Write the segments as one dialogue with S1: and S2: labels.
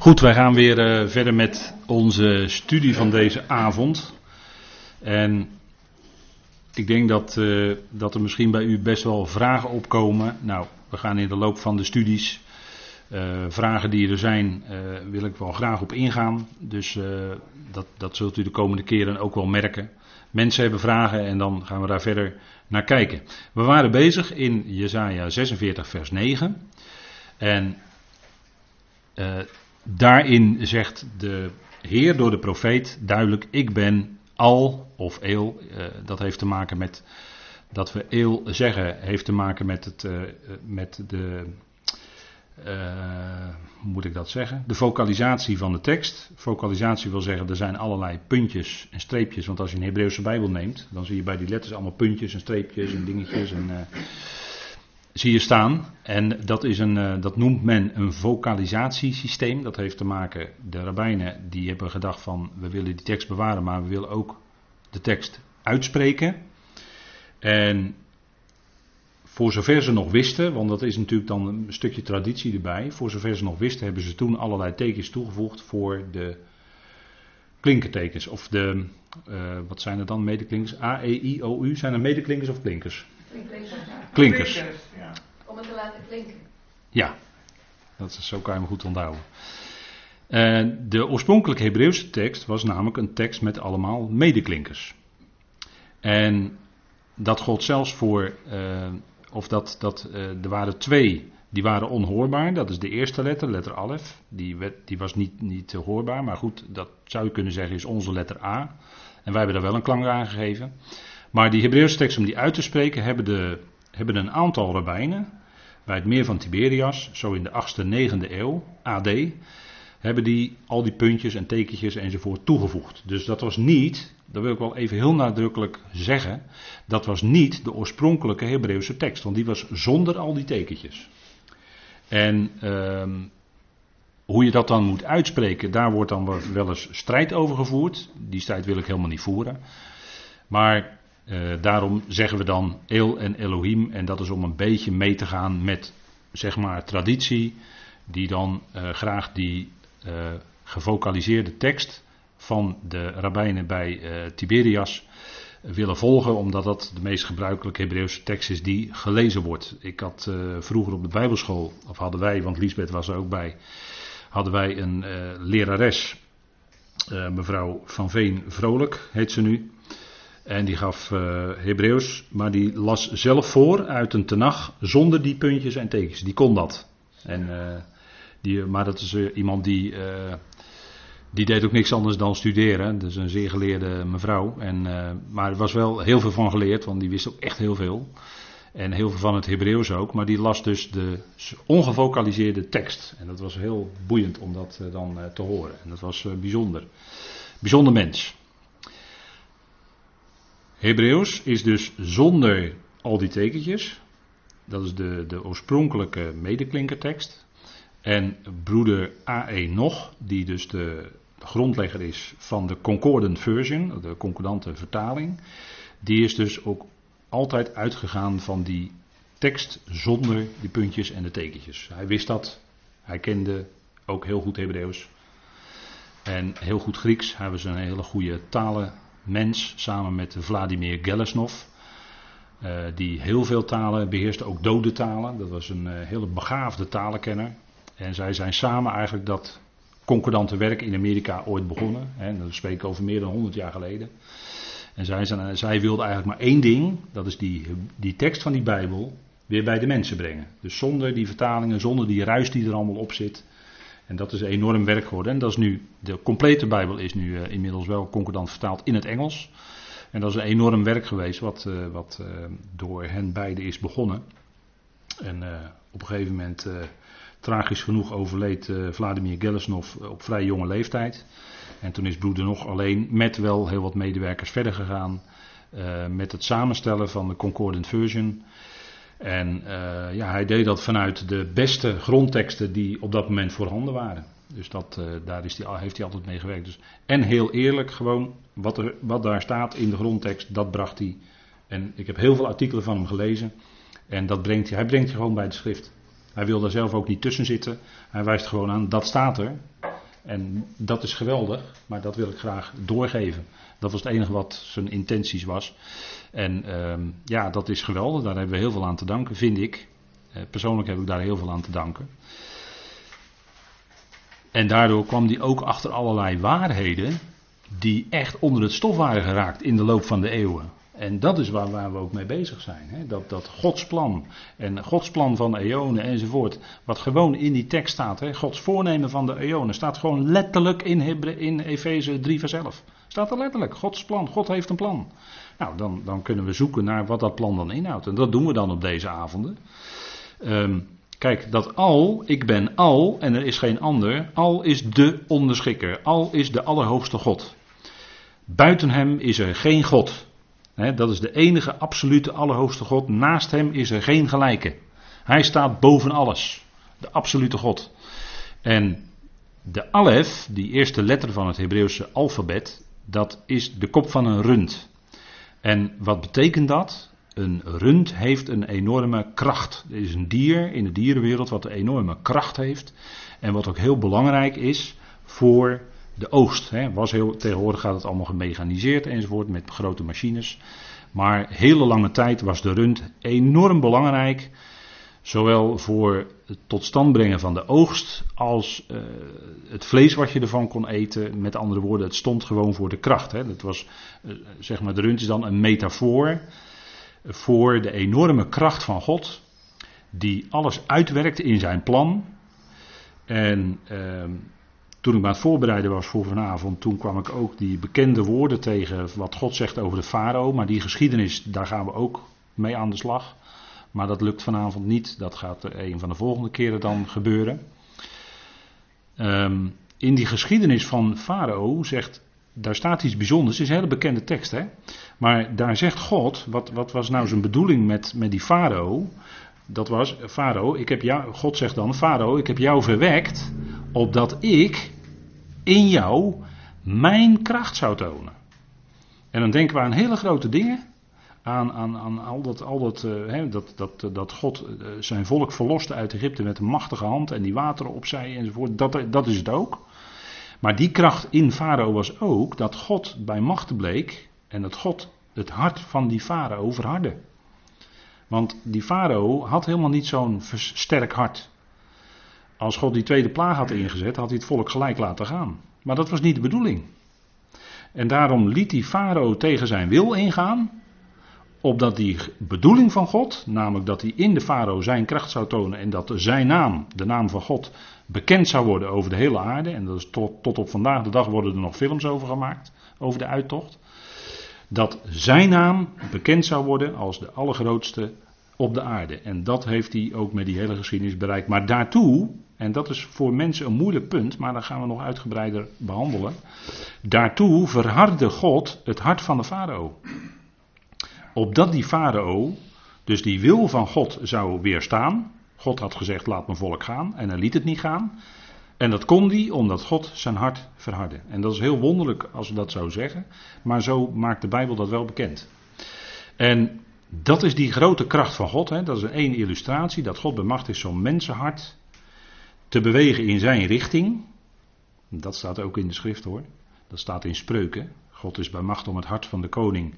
S1: Goed, wij gaan weer verder met onze studie van deze avond. En ik denk dat er misschien bij u best wel vragen opkomen. Nou, we gaan in de loop van de studies, vragen die er zijn, wil ik wel graag op ingaan. Dus dat zult u de komende keren ook wel merken. Mensen hebben vragen en dan gaan we daar verder naar kijken. We waren bezig in Jesaja 46 vers 9. En daarin zegt de Heer door de profeet duidelijk: ik ben al of eel. Dat heeft te maken met dat we eel zeggen, heeft te maken met de hoe moet ik dat zeggen? De vocalisatie van de tekst. Vocalisatie wil zeggen, er zijn allerlei puntjes en streepjes. Want als je een Hebreeuwse Bijbel neemt, dan zie je bij die letters allemaal puntjes en streepjes en dingetjes en zie je staan. En dat noemt men een vocalisatiesysteem. Dat heeft te maken, de rabbijnen die hebben gedacht van, we willen die tekst bewaren, maar we willen ook de tekst uitspreken. En voor zover ze nog wisten, want dat is natuurlijk dan een stukje traditie erbij. Voor zover ze nog wisten, hebben ze toen allerlei tekens toegevoegd voor de klinkertekens. Of de, wat zijn er dan, medeklinkers? A, E, I, O, U. Zijn er medeklinkers of klinkers? Klinkers.
S2: Ja. Om het te laten klinken.
S1: Ja, zo kan je hem goed onthouden. De oorspronkelijke Hebreeuwse tekst was namelijk een tekst met allemaal medeklinkers. En dat gold zelfs voor, er waren twee, die waren onhoorbaar. Dat is de eerste letter Alef. Die was niet hoorbaar, maar goed, dat zou je kunnen zeggen is onze letter A. En wij hebben daar wel een klank aan gegeven. Maar die Hebreeuwse tekst, om die uit te spreken, hebben een aantal rabbijnen bij het meer van Tiberias, zo in de 8e, 9e eeuw, AD, hebben die al die puntjes en tekentjes enzovoort toegevoegd. Dus dat was niet, dat wil ik wel even heel nadrukkelijk zeggen, dat was niet de oorspronkelijke Hebreeuwse tekst, want die was zonder al die tekentjes. En hoe je dat dan moet uitspreken, daar wordt dan wel eens strijd over gevoerd. Die strijd wil ik helemaal niet voeren. Maar daarom zeggen we dan El en Elohim, en dat is om een beetje mee te gaan met, zeg maar, traditie, die dan graag die gevocaliseerde tekst van de rabbijnen bij Tiberias willen volgen, omdat dat de meest gebruikelijke Hebreeuwse tekst is die gelezen wordt. Ik had vroeger op de Bijbelschool, of hadden wij, want Liesbeth was er ook bij, hadden wij een lerares, mevrouw Van Veen Vrolijk heet ze nu. En die gaf Hebreeuws, maar die las zelf voor uit een tenach zonder die puntjes en tekens. Die kon dat. Maar dat is iemand die deed ook niks anders dan studeren. Dus een zeer geleerde mevrouw. Maar er was wel heel veel van geleerd, want die wist ook echt heel veel. En heel veel van het Hebreeuws ook. Maar die las dus de ongevocaliseerde tekst. En dat was heel boeiend om dat dan te horen. En dat was bijzonder. Bijzonder mens. Hebreeuws is dus zonder al die tekentjes. Dat is de oorspronkelijke medeklinkertekst. En broeder A.E. Nog, die dus de grondlegger is van de Concordant Version, de concordante vertaling. Die is dus ook altijd uitgegaan van die tekst zonder die puntjes en de tekentjes. Hij wist dat. Hij kende ook heel goed Hebreeuws. En heel goed Grieks. Hij was een hele goede talenmens, samen met Vladimir Gelesnov. Die heel veel talen beheerste, ook dode talen. Dat was een hele begaafde talenkenner. En zij zijn samen eigenlijk dat concordante werk in Amerika ooit begonnen. Hè, dat spreken we over meer dan 100 jaar geleden. En zij wilden eigenlijk maar één ding. Dat is die tekst van die Bijbel weer bij de mensen brengen. Dus zonder die vertalingen, zonder die ruis die er allemaal op zit. En dat is enorm werk geworden. En dat is nu, de complete Bijbel is nu inmiddels wel concordant vertaald in het Engels. En dat is een enorm werk geweest wat door hen beiden is begonnen. En op een gegeven moment, tragisch genoeg, overleed Vladimir Gelesnov op vrij jonge leeftijd. En toen is broeder Nog alleen met wel heel wat medewerkers verder gegaan. Met het samenstellen van de Concordant Version. En hij deed dat vanuit de beste grondteksten die op dat moment voorhanden waren. Dus daar heeft hij altijd mee gewerkt. Dus, en heel eerlijk, gewoon wat daar staat in de grondtekst, dat bracht hij. En ik heb heel veel artikelen van hem gelezen. En hij brengt je gewoon bij de schrift. Hij wil daar zelf ook niet tussen zitten. Hij wijst gewoon aan, dat staat er. En dat is geweldig, maar dat wil ik graag doorgeven. Dat was het enige wat zijn intenties was. En ja, dat is geweldig, daar hebben we heel veel aan te danken, vind ik. Persoonlijk heb ik daar heel veel aan te danken. En daardoor kwam hij ook achter allerlei waarheden die echt onder het stof waren geraakt in de loop van de eeuwen. En dat is waar we ook mee bezig zijn. Hè? Dat Gods plan en Gods plan van de eonen enzovoort, wat gewoon in die tekst staat. Hè? Gods voornemen van de eonen staat gewoon letterlijk in Efeze 3 vers 11. Staat er letterlijk, Gods plan, God heeft een plan. Nou, dan kunnen we zoeken naar wat dat plan dan inhoudt. En dat doen we dan op deze avonden. Kijk, dat al, ik ben al en er is geen ander, al is de onderschikker, al is de allerhoogste God. Buiten hem is er geen God. Dat is de enige absolute allerhoogste God. Naast hem is er geen gelijke. Hij staat boven alles. De absolute God. En de alef, die eerste letter van het Hebreeuwse alfabet, dat is de kop van een rund. En wat betekent dat? Een rund heeft een enorme kracht. Er is een dier in de dierenwereld wat een enorme kracht heeft. En wat ook heel belangrijk is voor de oogst. Tegenwoordig gaat het allemaal gemechaniseerd enzovoort met grote machines. Maar hele lange tijd was de rund enorm belangrijk. Zowel voor het tot stand brengen van de oogst als het vlees wat je ervan kon eten. Met andere woorden, het stond gewoon voor de kracht. Dat was, zeg maar, de rund is dan een metafoor voor de enorme kracht van God. Die alles uitwerkte in zijn plan. En toen ik me aan het voorbereiden was voor vanavond, toen kwam ik ook die bekende woorden tegen wat God zegt over de farao. Maar die geschiedenis, daar gaan we ook mee aan de slag. Maar dat lukt vanavond niet. Dat gaat een van de volgende keren dan gebeuren. In die geschiedenis van farao daar staat iets bijzonders. Het is een hele bekende tekst, hè. Maar daar zegt God, wat was nou zijn bedoeling met die farao? Dat was, farao, God zegt dan, farao, ik heb jou verwekt, opdat ik in jou mijn kracht zou tonen. En dan denken we aan hele grote dingen. Aan dat God zijn volk verloste uit Egypte met een machtige hand en die wateren opzij enzovoort. Dat is het ook. Maar die kracht in farao was ook dat God bij machten bleek en dat God het hart van die farao verhardde. Want die farao had helemaal niet zo'n sterk hart. Als God die tweede plaag had ingezet, had hij het volk gelijk laten gaan. Maar dat was niet de bedoeling. En daarom liet die farao tegen zijn wil ingaan, opdat die bedoeling van God, namelijk dat hij in de farao zijn kracht zou tonen en dat zijn naam, de naam van God, bekend zou worden over de hele aarde. En dat is tot op vandaag de dag worden er nog films over gemaakt, over de uittocht. Dat zijn naam bekend zou worden als de allergrootste op de aarde. En dat heeft hij ook met die hele geschiedenis bereikt. Maar daartoe, en dat is voor mensen een moeilijk punt, maar dat gaan we nog uitgebreider behandelen. Daartoe verhardde God het hart van de farao. Opdat die farao, dus die wil van God zou weerstaan. God had gezegd, laat mijn volk gaan. En hij liet het niet gaan. En dat kon hij omdat God zijn hart verhardde. En dat is heel wonderlijk als we dat zo zeggen. Maar zo maakt de Bijbel dat wel bekend. En dat is die grote kracht van God. Dat is één illustratie. Dat God bemachtigd is zo'n mensenhart te bewegen in zijn richting. Dat staat ook in de schrift hoor. Dat staat in Spreuken. God is bij macht om het hart van de koning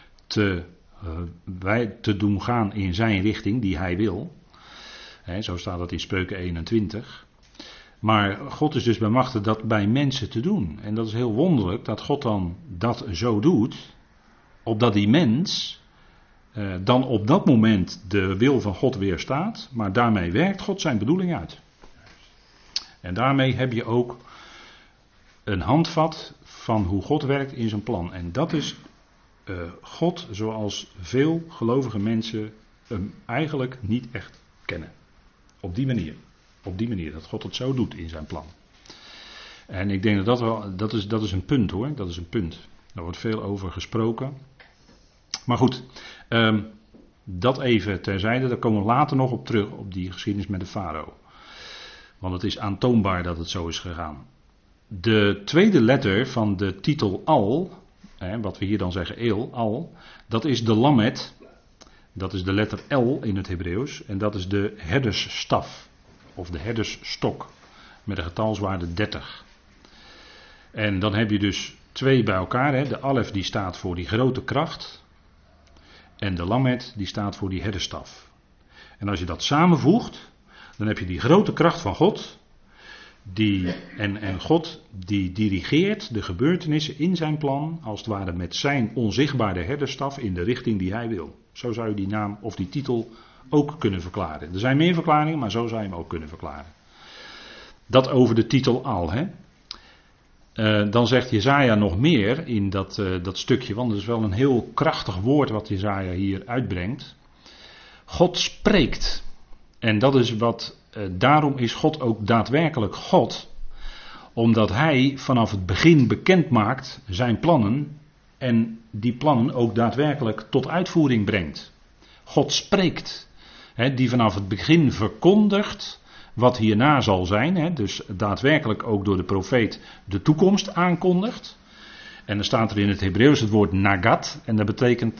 S1: te doen gaan in zijn richting die hij wil. Zo staat dat in Spreuken 21. Maar God is dus bij machte dat bij mensen te doen. En dat is heel wonderlijk dat God dan dat zo doet, opdat die mens dan op dat moment de wil van God weerstaat, maar daarmee werkt God zijn bedoeling uit. En daarmee heb je ook een handvat van hoe God werkt in zijn plan. En dat is God zoals veel gelovige mensen hem eigenlijk niet echt kennen. Op die manier. Op die manier, dat God het zo doet in zijn plan. En ik denk dat is een punt hoor, dat is een punt. Daar wordt veel over gesproken. Maar goed, dat even terzijde, daar komen we later nog op terug, op die geschiedenis met de farao. Want het is aantoonbaar dat het zo is gegaan. De tweede letter van de titel al, wat we hier dan zeggen eel, al, dat is de lamet. Dat is de letter L in het Hebreeuws en dat is de herdersstaf. Of de herdersstok met de getalswaarde 30. En dan heb je dus twee bij elkaar. Hè. De alef die staat voor die grote kracht. En de lamet die staat voor die herderstaf. En als je dat samenvoegt, dan heb je die grote kracht van God. En God die dirigeert de gebeurtenissen in zijn plan, als het ware met zijn onzichtbare herderstaf in de richting die hij wil. Zo zou je die naam of die titel ook kunnen verklaren. Er zijn meer verklaringen, maar zo zou je hem ook kunnen verklaren. Dat over de titel al. Hè. Dan zegt Jesaja nog meer in dat stukje, want het is wel een heel krachtig woord wat Jesaja hier uitbrengt. God spreekt. En dat is daarom is God ook daadwerkelijk God. Omdat hij vanaf het begin bekend maakt zijn plannen. En die plannen ook daadwerkelijk tot uitvoering brengt. God spreekt. Die vanaf het begin verkondigt wat hierna zal zijn. Dus daadwerkelijk ook door de profeet de toekomst aankondigt. En dan staat er in het Hebreeuws het woord nagat. En dat betekent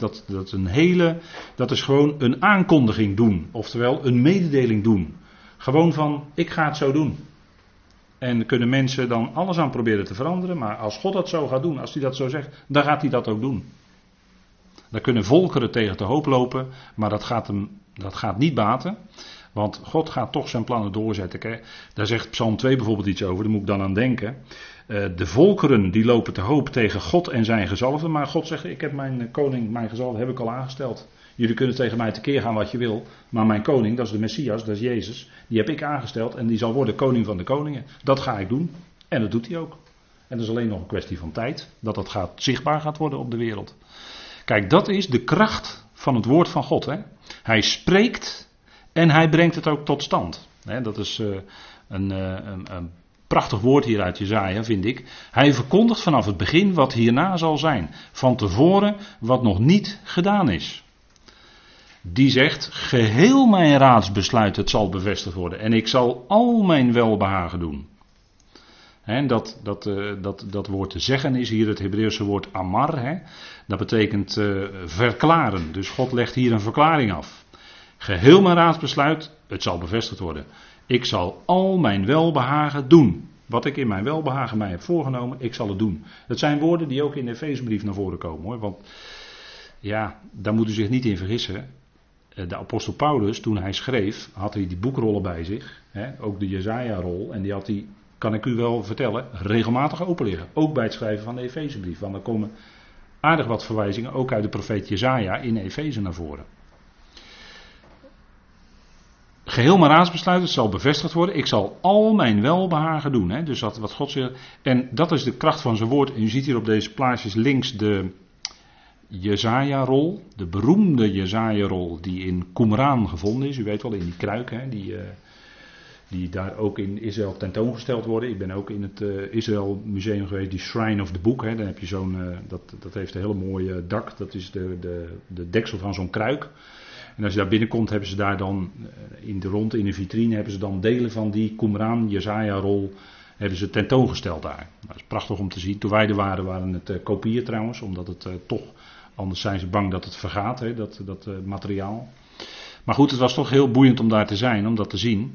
S1: dat is gewoon een aankondiging doen. Oftewel een mededeling doen. Gewoon van, ik ga het zo doen. En kunnen mensen dan alles aan proberen te veranderen. Maar als God dat zo gaat doen, als hij dat zo zegt, dan gaat hij dat ook doen. Dan kunnen volkeren tegen te hoop lopen. Maar dat gaat niet baten. Want God gaat toch zijn plannen doorzetten. Daar zegt Psalm 2 bijvoorbeeld iets over. Daar moet ik dan aan denken. De volkeren die lopen te hoop tegen God en zijn gezalfden. Maar God zegt, ik heb mijn koning, mijn gezalfde heb ik al aangesteld. Jullie kunnen tegen mij tekeer gaan wat je wil. Maar mijn koning, dat is de Messias, dat is Jezus. Die heb ik aangesteld en die zal worden koning van de koningen. Dat ga ik doen. En dat doet hij ook. En dat is alleen nog een kwestie van tijd. Dat zichtbaar gaat worden op de wereld. Kijk, dat is de kracht van het woord van God. Hè? Hij spreekt en hij brengt het ook tot stand. Dat is een prachtig woord hier uit Jesaja, vind ik. Hij verkondigt vanaf het begin wat hierna zal zijn. Van tevoren wat nog niet gedaan is. Die zegt, geheel mijn raadsbesluit, het zal bevestigd worden. En ik zal al mijn welbehagen doen. En dat woord te zeggen is hier het Hebreeuwse woord amar. Hè? Dat betekent verklaren. Dus God legt hier een verklaring af. Geheel mijn raadsbesluit, het zal bevestigd worden. Ik zal al mijn welbehagen doen. Wat ik in mijn welbehagen mij heb voorgenomen, ik zal het doen. Dat zijn woorden die ook in de Efezebrief naar voren komen. Hoor. Want ja, daar moet u zich niet in vergissen. De apostel Paulus, toen hij schreef, had hij die boekrollen bij zich. Hè, ook de Jesaja-rol. En die had hij, kan ik u wel vertellen, regelmatig open liggen. Ook bij het schrijven van de Efezebrief. Want er komen aardig wat verwijzingen, ook uit de profeet Jesaja in Efeze naar voren. Geheel mijn raadsbesluit, het zal bevestigd worden. Ik zal al mijn welbehagen doen. Hè? Dus wat God zegt. En dat is de kracht van zijn woord. En u ziet hier op deze plaatjes links de Jesaja-rol. De beroemde Jesaja-rol die in Qumran gevonden is. U weet wel, in die kruik. Hè? Die daar ook in Israël tentoongesteld worden. Ik ben ook in het Israël Museum geweest. Die Shrine of the Book. Hè? Dan heb je zo'n, dat heeft een hele mooie dak. Dat is de deksel van zo'n kruik. En als je daar binnenkomt, hebben ze daar dan in de vitrine hebben ze dan delen van die Qumran Jesaja-rol hebben ze tentoongesteld daar. Dat is prachtig om te zien. Toen wij er waren het kopieën trouwens, omdat het toch, anders zijn ze bang dat het vergaat, hè, dat materiaal. Maar goed, het was toch heel boeiend om daar te zijn, om dat te zien.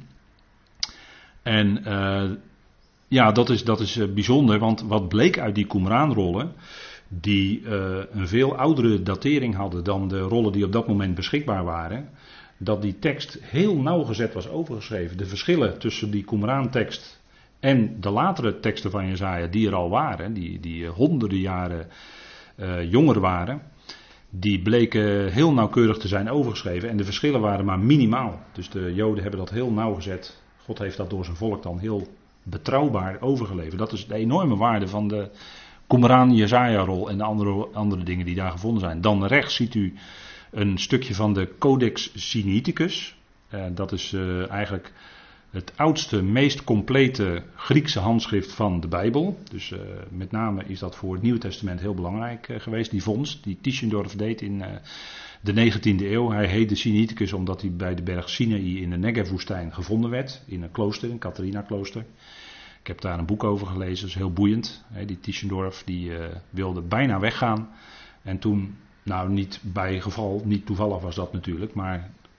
S1: En ja, dat is bijzonder, want wat bleek uit die Qumran-rollen, die een veel oudere datering hadden dan de rollen die op dat moment beschikbaar waren, dat die tekst heel nauwgezet was overgeschreven. De verschillen tussen die Qumran-tekst en de latere teksten van Jesaja die er al waren, die honderden jaren jonger waren, die bleken heel nauwkeurig te zijn overgeschreven en de verschillen waren maar minimaal. Dus de Joden hebben dat heel nauwgezet. God heeft dat door zijn volk dan heel betrouwbaar overgeleverd. Dat is de enorme waarde van de Qumran Jesaja-rol en de andere dingen die daar gevonden zijn. Dan rechts ziet u een stukje van de Codex Sinaiticus. Dat is eigenlijk het oudste, meest complete Griekse handschrift van de Bijbel. Dus met name is dat voor het Nieuwe Testament heel belangrijk geweest. Die vondst die Tischendorf deed in de 19e eeuw. Hij heet de Sinaiticus omdat hij bij de berg Sinaï in de Negev-woestijn gevonden werd. In een klooster, een Catharina-klooster. Ik heb daar een boek over gelezen, dat is heel boeiend. Die Tischendorf die wilde bijna weggaan. En toen, nou niet bij geval, niet toevallig was dat natuurlijk, maar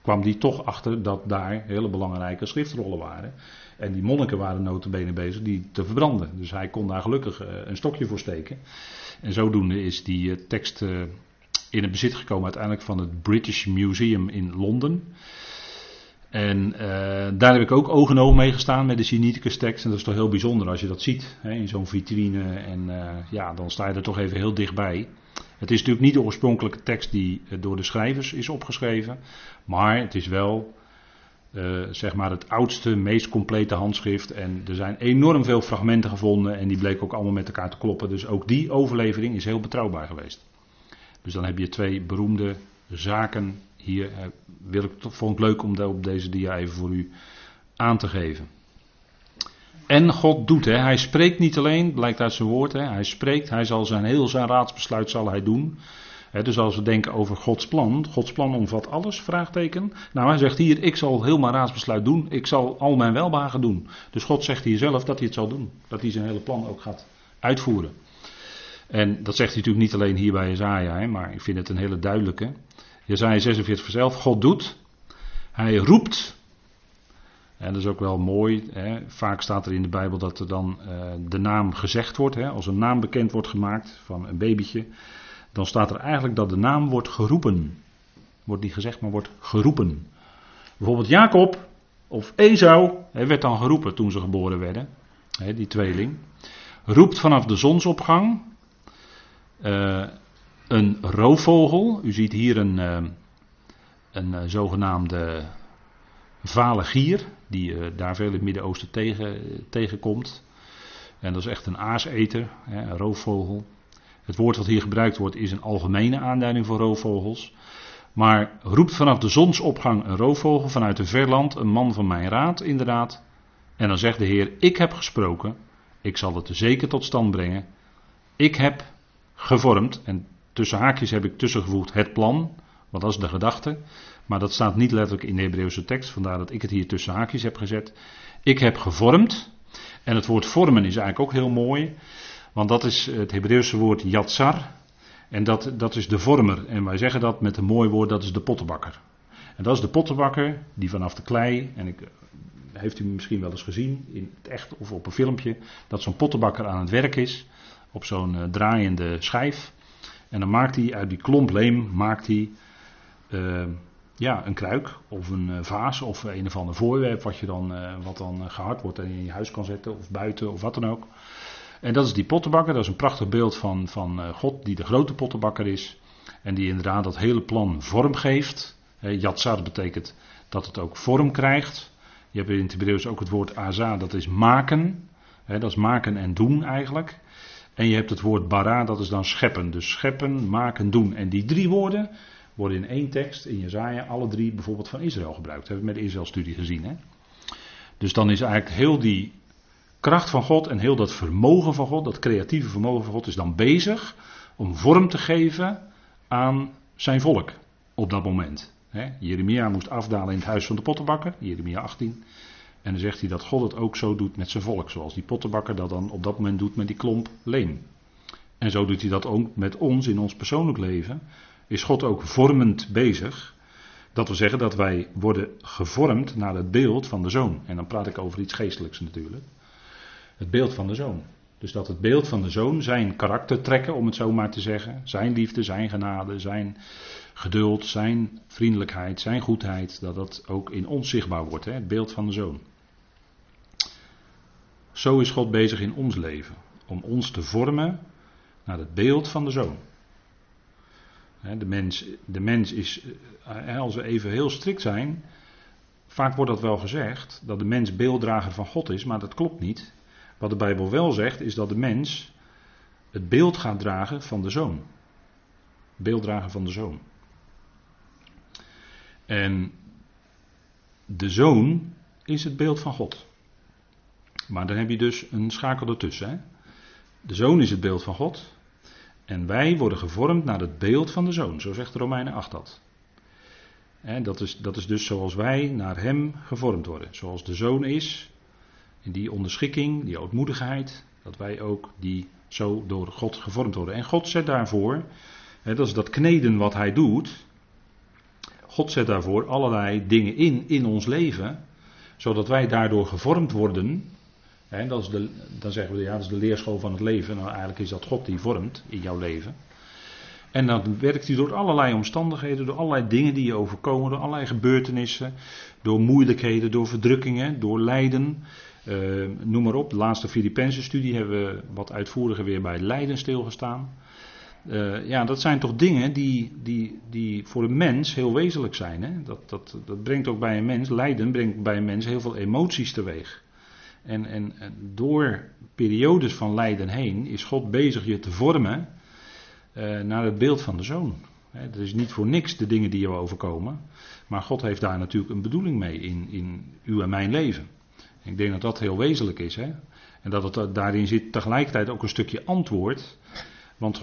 S1: kwam hij toch achter dat daar hele belangrijke schriftrollen waren. En die monniken waren nota bene bezig die te verbranden. Dus hij kon daar gelukkig een stokje voor steken. En zodoende is die tekst in het bezit gekomen uiteindelijk van het British Museum in Londen. En daar heb ik ook oog en oog mee gestaan met de Sinaiticus tekst. En dat is toch heel bijzonder als je dat ziet hè, in zo'n vitrine. En dan sta je er toch even heel dichtbij. Het is natuurlijk niet de oorspronkelijke tekst die door de schrijvers is opgeschreven. Maar het is wel zeg maar het oudste, meest complete handschrift. En er zijn enorm veel fragmenten gevonden. En die bleken ook allemaal met elkaar te kloppen. Dus ook die overlevering is heel betrouwbaar geweest. Dus dan heb je twee beroemde zaken hier. Vond ik leuk om op deze dia even voor u aan te geven. En God doet, hè. Hij spreekt niet alleen, blijkt uit zijn woord. Hè. Hij spreekt, hij zal heel zijn raadsbesluit zal hij doen. Dus als we denken over Gods plan omvat alles, vraagteken. Nou, hij zegt hier, ik zal heel mijn raadsbesluit doen, ik zal al mijn welbehagen doen. Dus God zegt hier zelf dat hij het zal doen, dat hij zijn hele plan ook gaat uitvoeren. En dat zegt hij natuurlijk niet alleen hier bij Jesaja, maar ik vind het een hele duidelijke. Jesaja 46 vers 11, God doet, hij roept. En dat is ook wel mooi, hè. Vaak staat er in de Bijbel dat er dan de naam gezegd wordt. Hè. Als een naam bekend wordt gemaakt van een babytje, dan staat er eigenlijk dat de naam wordt geroepen. Wordt niet gezegd, maar wordt geroepen. Bijvoorbeeld Jacob of Esau werd dan geroepen toen ze geboren werden. Hè, die tweeling. Roept vanaf de zonsopgang een roofvogel. U ziet hier een zogenaamde vale gier, die daar veel in het Midden-Oosten tegenkomt. En dat is echt een aaseter, een roofvogel. Het woord wat hier gebruikt wordt is een algemene aanduiding voor roofvogels. Maar roept vanaf de zonsopgang een roofvogel vanuit een ver land, een man van mijn raad inderdaad. En dan zegt de Heer, ik heb gesproken, ik zal het zeker tot stand brengen. Ik heb gevormd, en tussen haakjes heb ik tussengevoegd het plan, want dat is de gedachte. Maar dat staat niet letterlijk in de Hebreeuwse tekst, vandaar dat ik het hier tussen haakjes heb gezet. Ik heb gevormd, en het woord vormen is eigenlijk ook heel mooi, want dat is het Hebreeuwse woord yatsar, en dat is de vormer. En wij zeggen dat met een mooi woord, dat is de pottenbakker. En dat is de pottenbakker die vanaf de klei, en heeft u misschien wel eens gezien, in het echt of op een filmpje, dat zo'n pottenbakker aan het werk is, op zo'n draaiende schijf. En dan maakt hij uit die klomp leem, een kruik of een vaas of een of ander voorwerp wat dan gehard wordt en in je huis kan zetten of buiten of wat dan ook. En dat is die pottenbakker, dat is een prachtig beeld van God die de grote pottenbakker is. En die inderdaad dat hele plan vorm geeft. Yatsar betekent dat het ook vorm krijgt. Je hebt in het Hebreeuws ook het woord aza, dat is maken. Dat is maken en doen eigenlijk. En je hebt het woord bara, dat is dan scheppen. Dus scheppen, maken, doen. En die drie woorden worden in één tekst, in Jesaja, alle drie bijvoorbeeld van Israël gebruikt. Dat hebben we met de Israël-studie gezien. Hè? Dus dan is eigenlijk heel die kracht van God en heel dat vermogen van God, dat creatieve vermogen van God, is dan bezig om vorm te geven aan zijn volk op dat moment. Hè? Jeremia moest afdalen in het huis van de pottenbakker, Jeremia 18. En dan zegt hij dat God het ook zo doet met zijn volk, zoals die pottenbakker dat dan op dat moment doet met die klomp leem. En zo doet hij dat ook met ons in ons persoonlijk leven. Is God ook vormend bezig. Dat wil zeggen dat wij worden gevormd naar het beeld van de Zoon. En dan praat ik over iets geestelijks natuurlijk. Het beeld van de Zoon. Dus dat het beeld van de Zoon, zijn karaktertrekken, om het zo maar te zeggen, zijn liefde, zijn genade, zijn geduld, zijn vriendelijkheid, zijn goedheid, dat dat ook in ons zichtbaar wordt, hè? Het beeld van de Zoon. Zo is God bezig in ons leven, om ons te vormen naar het beeld van de Zoon. De mens is, als we even heel strikt zijn, vaak wordt dat wel gezegd, dat de mens beelddrager van God is, maar dat klopt niet. Wat de Bijbel wel zegt, is dat de mens het beeld gaat dragen van de Zoon. Beelddrager van de Zoon. En de Zoon is het beeld van God. Maar dan heb je dus een schakel ertussen. Hè? De Zoon is het beeld van God. En wij worden gevormd naar het beeld van de Zoon. Zo zegt Romeinen 8 dat. En dat is dus zoals wij naar hem gevormd worden. Zoals de Zoon is. In die onderschikking, die ootmoedigheid. Dat wij ook die zo door God gevormd worden. En God zet daarvoor, dat is dat kneden wat hij doet. God zet daarvoor allerlei dingen in ons leven, zodat wij daardoor gevormd worden. En dan zeggen we, ja, dat is de leerschool van het leven. Nou, eigenlijk is dat God die vormt in jouw leven. En dan werkt hij door allerlei omstandigheden, door allerlei dingen die je overkomen, door allerlei gebeurtenissen, door moeilijkheden, door verdrukkingen, door lijden. Noem maar op, de laatste Filippenzen-studie hebben we wat uitvoeriger weer bij lijden stilgestaan. Ja, dat zijn toch dingen die voor een mens heel wezenlijk zijn. Hè? Dat brengt ook bij een mens, lijden brengt bij een mens heel veel emoties teweeg. En door periodes van lijden heen is God bezig je te vormen naar het beeld van de Zoon. Het is niet voor niks de dingen die je overkomen. Maar God heeft daar natuurlijk een bedoeling mee in uw en mijn leven. Ik denk dat dat heel wezenlijk is. Hè? En dat het daarin zit tegelijkertijd ook een stukje antwoord. Want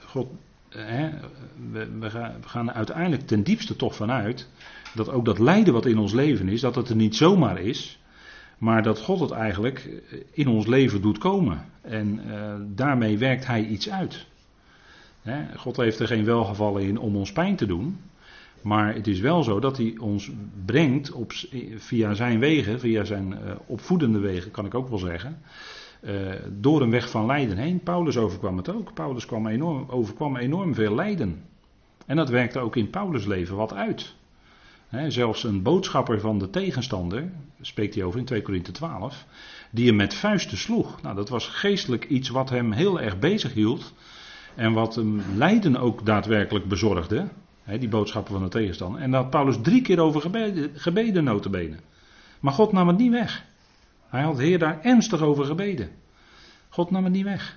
S1: we gaan er uiteindelijk ten diepste toch vanuit dat ook dat lijden wat in ons leven is, dat het er niet zomaar is. Maar dat God het eigenlijk in ons leven doet komen. En daarmee werkt hij iets uit. God heeft er geen welgevallen in om ons pijn te doen. Maar het is wel zo dat hij ons brengt via zijn wegen, via zijn opvoedende wegen kan ik ook wel zeggen. Door een weg van lijden heen. Paulus overkwam het ook. Paulus overkwam enorm veel lijden. En dat werkte ook in Paulus' leven wat uit. Zelfs een boodschapper van de tegenstander, spreekt hij over in 2 Korinthe 12, die hem met vuisten sloeg. Nou, dat was geestelijk iets wat hem heel erg bezig hield. En wat hem lijden ook daadwerkelijk bezorgde. Die boodschapper van de tegenstander. En daar had Paulus 3 keer over gebeden nota bene. Maar God nam het niet weg. Hij had de Heer daar ernstig over gebeden. God nam het niet weg.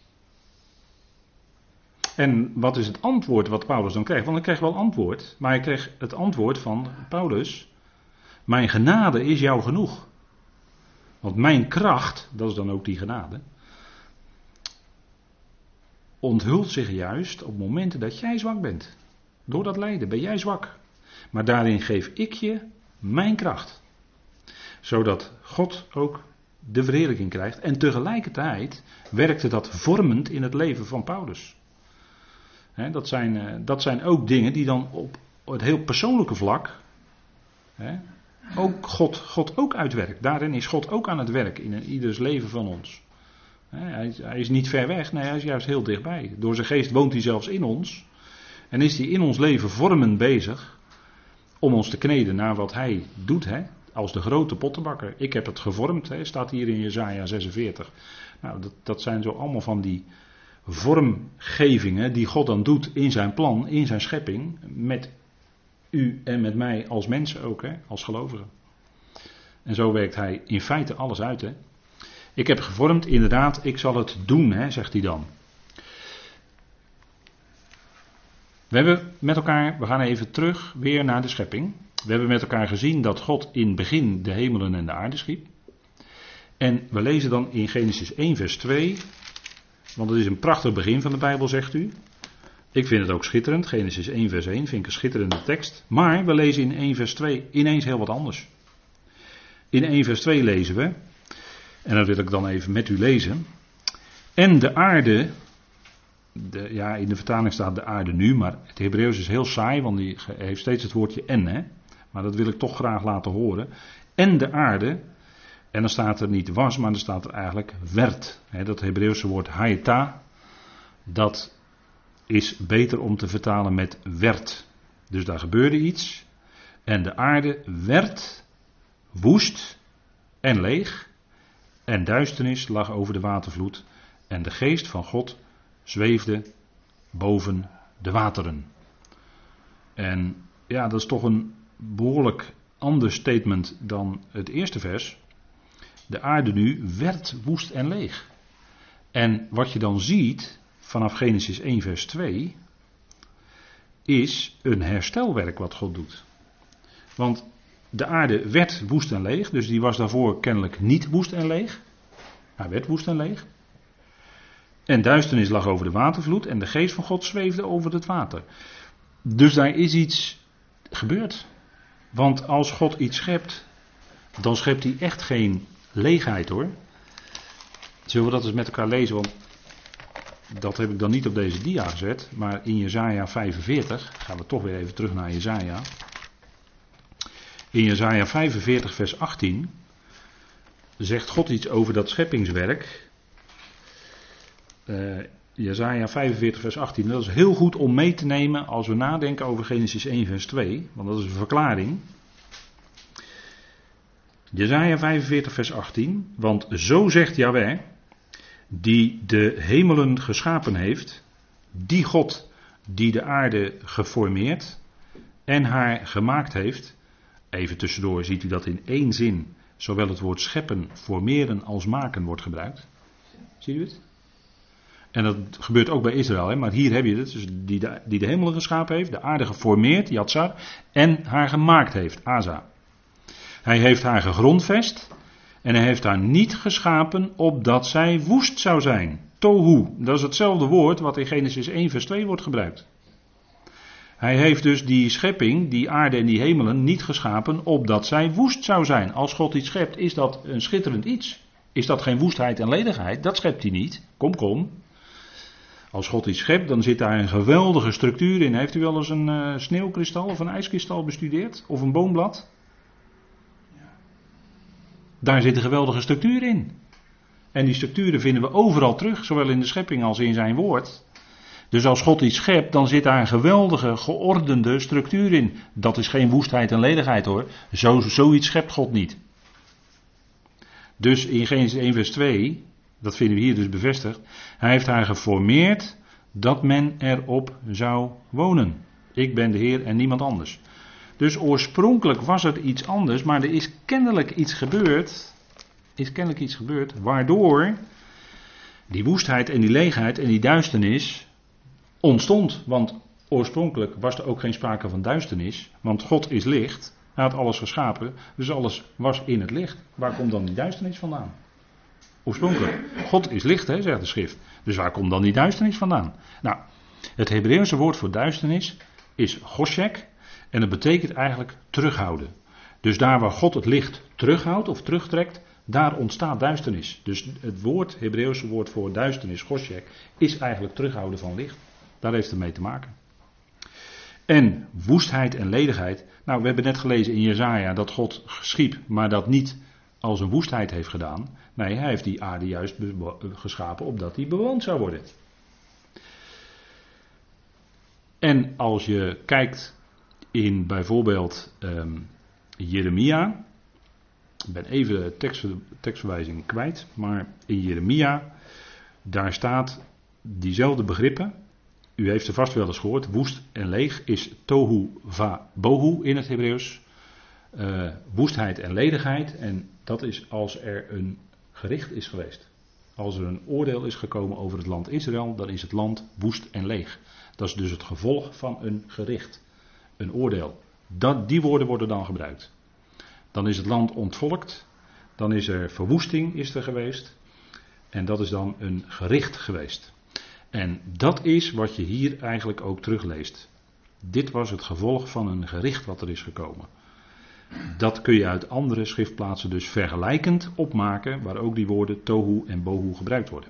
S1: En wat is het antwoord wat Paulus dan kreeg? Want hij kreeg wel antwoord. Maar hij kreeg het antwoord van Paulus. Mijn genade is jou genoeg. Want mijn kracht, dat is dan ook die genade, onthult zich juist op momenten dat jij zwak bent. Door dat lijden ben jij zwak. Maar daarin geef ik je mijn kracht. Zodat God ook de verheerlijking krijgt. En tegelijkertijd werkte dat vormend in het leven van Paulus. Dat zijn ook dingen die dan op het heel persoonlijke vlak ook God ook uitwerkt. Daarin is God ook aan het werk in ieders leven van ons. Hij is niet ver weg, nee, hij is juist heel dichtbij. Door zijn geest woont hij zelfs in ons. En is hij in ons leven vormend bezig om ons te kneden naar wat hij doet, als de grote pottenbakker. Ik heb het gevormd, staat hier in Jesaja 46. Nou, dat zijn zo allemaal van die vormgevingen die God dan doet in zijn plan, in zijn schepping, met u en met mij als mensen ook, als gelovigen. En zo werkt hij in feite alles uit. Ik heb gevormd, inderdaad, ik zal het doen, zegt hij dan. We gaan even terug weer naar de schepping. We hebben met elkaar gezien dat God in het begin de hemelen en de aarde schiep. En we lezen dan in Genesis 1 vers 2, want het is een prachtig begin van de Bijbel, zegt u. Ik vind het ook schitterend, Genesis 1 vers 1 vind ik een schitterende tekst. Maar we lezen in 1 vers 2 ineens heel wat anders. In 1 vers 2 lezen we, en dat wil ik dan even met u lezen. En de aarde, in de vertaling staat de aarde nu, maar het Hebreeuws is heel saai, want die heeft steeds het woordje en. Maar dat wil ik toch graag laten horen. En de aarde, en dan staat er niet was, maar dan staat er eigenlijk werd. Dat Hebreeuwse woord haeta, dat is beter om te vertalen met werd. Dus daar gebeurde iets. En de aarde werd woest en leeg. En duisternis lag over de watervloed. En de geest van God zweefde boven de wateren. En ja, dat is toch een behoorlijk ander statement dan het eerste vers. De aarde nu werd woest en leeg. En wat je dan ziet vanaf Genesis 1 vers 2 is een herstelwerk wat God doet. Want de aarde werd woest en leeg, dus die was daarvoor kennelijk niet woest en leeg. Hij werd woest en leeg. En duisternis lag over de watervloed en de geest van God zweefde over het water. Dus daar is iets gebeurd. Want als God iets schept, dan schept hij echt geen leegheid hoor. Zullen we dat eens met elkaar lezen, want dat heb ik dan niet op deze dia gezet, maar in Jesaja 45, gaan we toch weer even terug naar Jesaja. In Jesaja 45 vers 18 zegt God iets over dat scheppingswerk. Jesaja 45 vers 18, dat is heel goed om mee te nemen als we nadenken over Genesis 1 vers 2, want dat is een verklaring. Jesaja 45 vers 18, want zo zegt Jahweh, die de hemelen geschapen heeft, die God die de aarde geformeerd en haar gemaakt heeft. Even tussendoor ziet u dat in één zin zowel het woord scheppen, formeren als maken wordt gebruikt. Ziet u het? En dat gebeurt ook bij Israël, hè? Maar hier heb je het, dus die de hemelen geschapen heeft, de aarde geformeerd, Yatsar, en haar gemaakt heeft, Asa. Hij heeft haar gegrondvest en hij heeft haar niet geschapen opdat zij woest zou zijn. Tohu, dat is hetzelfde woord wat in Genesis 1 vers 2 wordt gebruikt. Hij heeft dus die schepping, die aarde en die hemelen niet geschapen opdat zij woest zou zijn. Als God iets schept, is dat een schitterend iets. Is dat geen woestheid en ledigheid? Dat schept hij niet. Kom. Als God iets schept, dan zit daar een geweldige structuur in. Heeft u wel eens een sneeuwkristal of een ijskristal bestudeerd? Of een boomblad? Daar zit een geweldige structuur in. En die structuren vinden we overal terug, zowel in de schepping als in zijn woord. Dus als God iets schept, dan zit daar een geweldige, geordende structuur in. Dat is geen woestheid en ledigheid hoor. Zoiets schept God niet. Dus in Genesis 1 vers 2, dat vinden we hier dus bevestigd. Hij heeft haar geformeerd dat men erop zou wonen. Ik ben de Heer en niemand anders. Dus oorspronkelijk was er iets anders, maar er is kennelijk iets gebeurd. Waardoor die woestheid en die leegheid en die duisternis ontstond. Want oorspronkelijk was er ook geen sprake van duisternis. Want God is licht. Hij had alles geschapen. Dus alles was in het licht. Waar komt dan die duisternis vandaan? Oorspronkelijk. God is licht, hè, zegt de schrift. Dus waar komt dan die duisternis vandaan? Nou, het Hebreeuwse woord voor duisternis is choshek. En dat betekent eigenlijk terughouden. Dus daar waar God het licht terughoudt of terugtrekt, daar ontstaat duisternis. Dus het Hebreeuwse woord voor duisternis, choshek, is eigenlijk terughouden van licht. Daar heeft het mee te maken. En woestheid en ledigheid. Nou, we hebben net gelezen in Jesaja dat God schiep, maar dat niet als een woestheid heeft gedaan. Nee, hij heeft die aarde juist geschapen opdat die bewoond zou worden. En als je kijkt in bijvoorbeeld Jeremia. Ik ben even de tekstverwijzing kwijt. Maar in Jeremia, daar staat diezelfde begrippen. U heeft er vast wel eens gehoord. Woest en leeg is tohu va bohu in het Hebreeuws. Woestheid en ledigheid. En dat is als er een gericht is geweest. Als er een oordeel is gekomen over het land Israël, dan is het land woest en leeg. Dat is dus het gevolg van een gericht. Een oordeel. Die woorden worden dan gebruikt. Dan is het land ontvolkt. Dan is er verwoesting geweest. En dat is dan een gericht geweest. En dat is wat je hier eigenlijk ook terugleest. Dit was het gevolg van een gericht wat er is gekomen. Dat kun je uit andere schriftplaatsen dus vergelijkend opmaken, waar ook die woorden tohu en bohu gebruikt worden.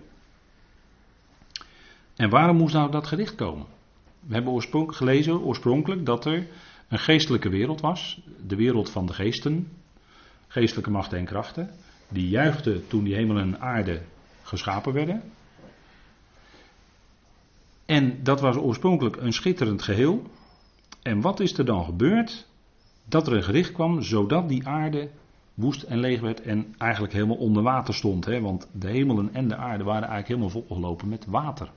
S1: En waarom moest nou dat gericht komen? We hebben gelezen oorspronkelijk dat er een geestelijke wereld was, de wereld van de geesten, geestelijke machten en krachten, die juichten toen die hemel en aarde geschapen werden. En dat was oorspronkelijk een schitterend geheel. En wat is er dan gebeurd? Dat er een gericht kwam, zodat die aarde woest en leeg werd en eigenlijk helemaal onder water stond. Hè? Want de hemelen en de aarde waren eigenlijk helemaal volgelopen met water.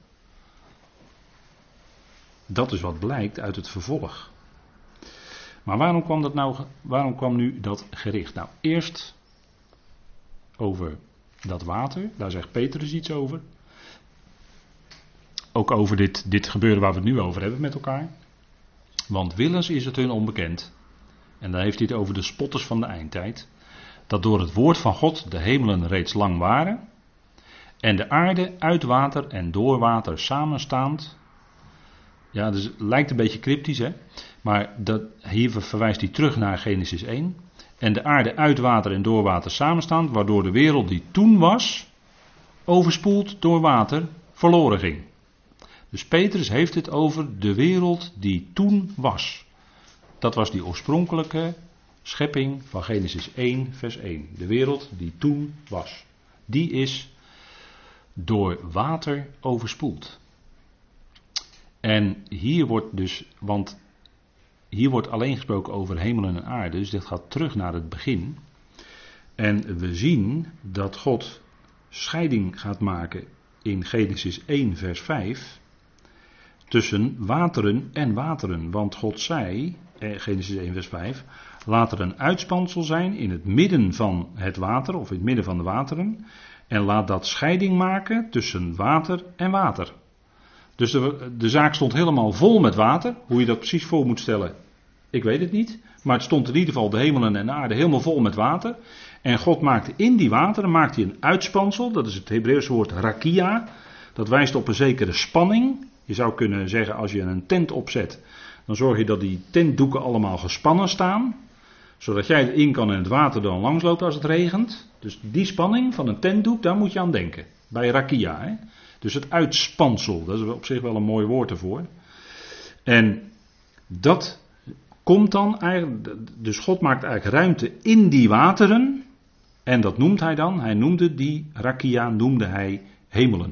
S1: Dat is wat blijkt uit het vervolg. Maar waarom kwam nu dat gericht? Nou, eerst over dat water, daar zegt Petrus iets over. Ook over dit gebeuren waar we het nu over hebben met elkaar. Want willens is het hun onbekend. En dan heeft hij het over de spotters van de eindtijd. Dat door het woord van God de hemelen reeds lang waren. En de aarde uit water en door water samenstaand. Ja, dus het lijkt een beetje cryptisch, hè. Maar hier verwijst hij terug naar Genesis 1. En de aarde uit water en door water samenstaand. Waardoor de wereld die toen was, overspoeld door water, verloren ging. Dus Petrus heeft het over de wereld die toen was. Dat was die oorspronkelijke schepping van Genesis 1 vers 1. De wereld die toen was. Die is door water overspoeld. En hier wordt dus, want hier wordt alleen gesproken over hemel en aarde, dus dit gaat terug naar het begin. En we zien dat God scheiding gaat maken in Genesis 1 vers 5 tussen wateren en wateren. Want God zei, Genesis 1 vers 5, laat er een uitspansel zijn in het midden van het water, of in het midden van de wateren, en laat dat scheiding maken tussen water en water. Dus de zaak stond helemaal vol met water. Hoe je dat precies voor moet stellen, ik weet het niet. Maar het stond in ieder geval de hemelen en de aarde helemaal vol met water. En God maakte in die wateren een uitspansel. Dat is het Hebreeuwse woord rakia. Dat wijst op een zekere spanning. Je zou kunnen zeggen, als je een tent opzet, dan zorg je dat die tentdoeken allemaal gespannen staan. Zodat jij erin kan en het water dan langsloopt als het regent. Dus die spanning van een tentdoek, daar moet je aan denken. Bij rakia. Hè? Dus het uitspansel, dat is op zich wel een mooi woord ervoor. En dat komt dan eigenlijk, dus God maakt eigenlijk ruimte in die wateren. En dat noemt hij dan, hij noemde die rakia, noemde hij hemelen.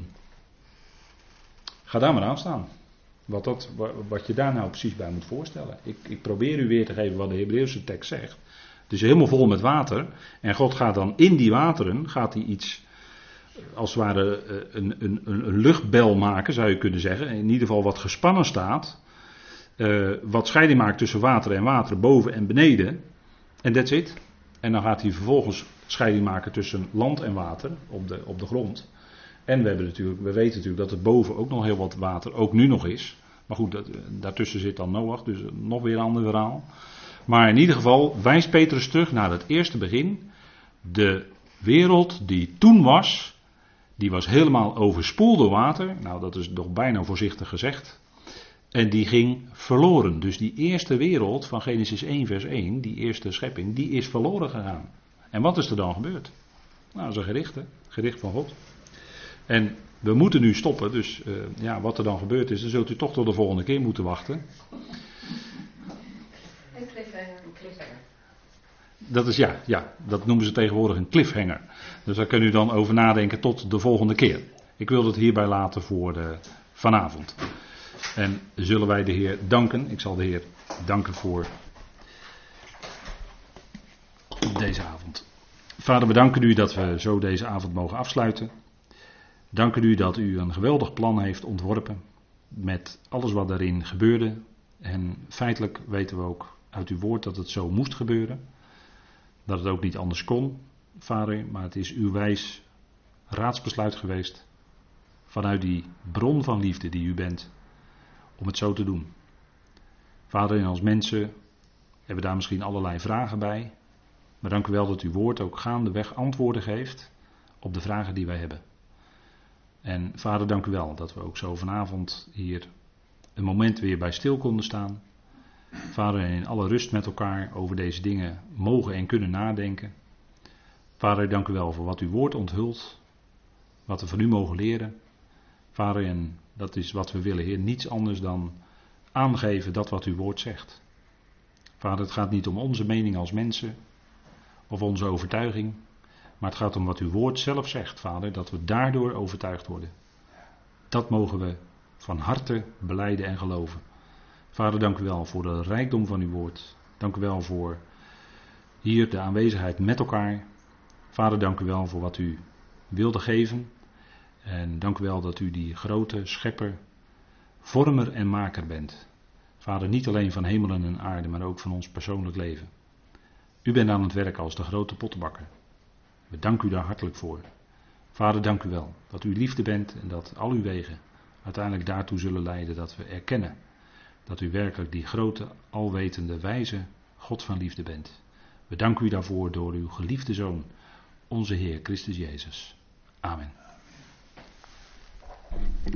S1: Ga daar maar aan staan. Wat je daar nou precies bij moet voorstellen. Ik probeer u weer te geven wat de Hebreeuwse tekst zegt. Het is helemaal vol met water. En God gaat dan in die wateren, gaat hij iets, als het ware een luchtbel maken, zou je kunnen zeggen. In ieder geval wat gespannen staat. Wat scheiding maakt tussen water en water, boven en beneden. En that's it. En dan gaat hij vervolgens scheiding maken tussen land en water op de grond. En we weten natuurlijk dat er boven ook nog heel wat water, ook nu nog is. Maar goed, daartussen zit dan Noach, dus nog weer een ander verhaal. Maar in ieder geval wijst Petrus terug naar het eerste begin. De wereld die toen was, die was helemaal overspoeld door water. Nou, dat is toch bijna voorzichtig gezegd. En die ging verloren. Dus die eerste wereld van Genesis 1 vers 1, die eerste schepping, die is verloren gegaan. En wat is er dan gebeurd? Nou, dat is een gericht, hè? Gericht van God. En we moeten nu stoppen, dus wat er dan gebeurd is, dan zult u toch tot de volgende keer moeten wachten.
S2: Een cliffhanger.
S1: Dat is dat noemen ze tegenwoordig een cliffhanger. Dus daar kunt u dan over nadenken tot de volgende keer. Ik wil het hierbij laten voor vanavond. En zullen wij de Heer danken. Ik zal de Heer danken voor deze avond. Vader, we danken u dat we zo deze avond mogen afsluiten. Danken u dat u een geweldig plan heeft ontworpen. Met alles wat daarin gebeurde. En feitelijk weten we ook uit uw woord dat het zo moest gebeuren. Dat het ook niet anders kon, Vader. Maar het is uw wijs raadsbesluit geweest. Vanuit die bron van liefde die u bent. Om het zo te doen. Vader, en als mensen hebben daar misschien allerlei vragen bij. Maar dank u wel dat uw woord ook gaandeweg antwoorden geeft op de vragen die wij hebben. En Vader, dank u wel dat we ook zo vanavond hier een moment weer bij stil konden staan. Vader, en in alle rust met elkaar over deze dingen mogen en kunnen nadenken. Vader, dank u wel voor wat uw woord onthult. Wat we van u mogen leren. Vader, en dat is wat we willen, Heer, niets anders dan aangeven dat wat uw woord zegt. Vader, het gaat niet om onze mening als mensen of onze overtuiging, maar het gaat om wat uw woord zelf zegt, Vader, dat we daardoor overtuigd worden. Dat mogen we van harte belijden en geloven. Vader, dank u wel voor de rijkdom van uw woord. Dank u wel voor hier de aanwezigheid met elkaar. Vader, dank u wel voor wat u wilde geven. En dank u wel dat u die grote schepper, vormer en maker bent. Vader, niet alleen van hemelen en aarde, maar ook van ons persoonlijk leven. U bent aan het werk als de grote pottenbakker. We danken u daar hartelijk voor. Vader, dank u wel dat u liefde bent en dat al uw wegen uiteindelijk daartoe zullen leiden dat we erkennen dat u werkelijk die grote, alwetende, wijze God van liefde bent. We danken u daarvoor door uw geliefde Zoon, onze Heer Christus Jezus. Amen.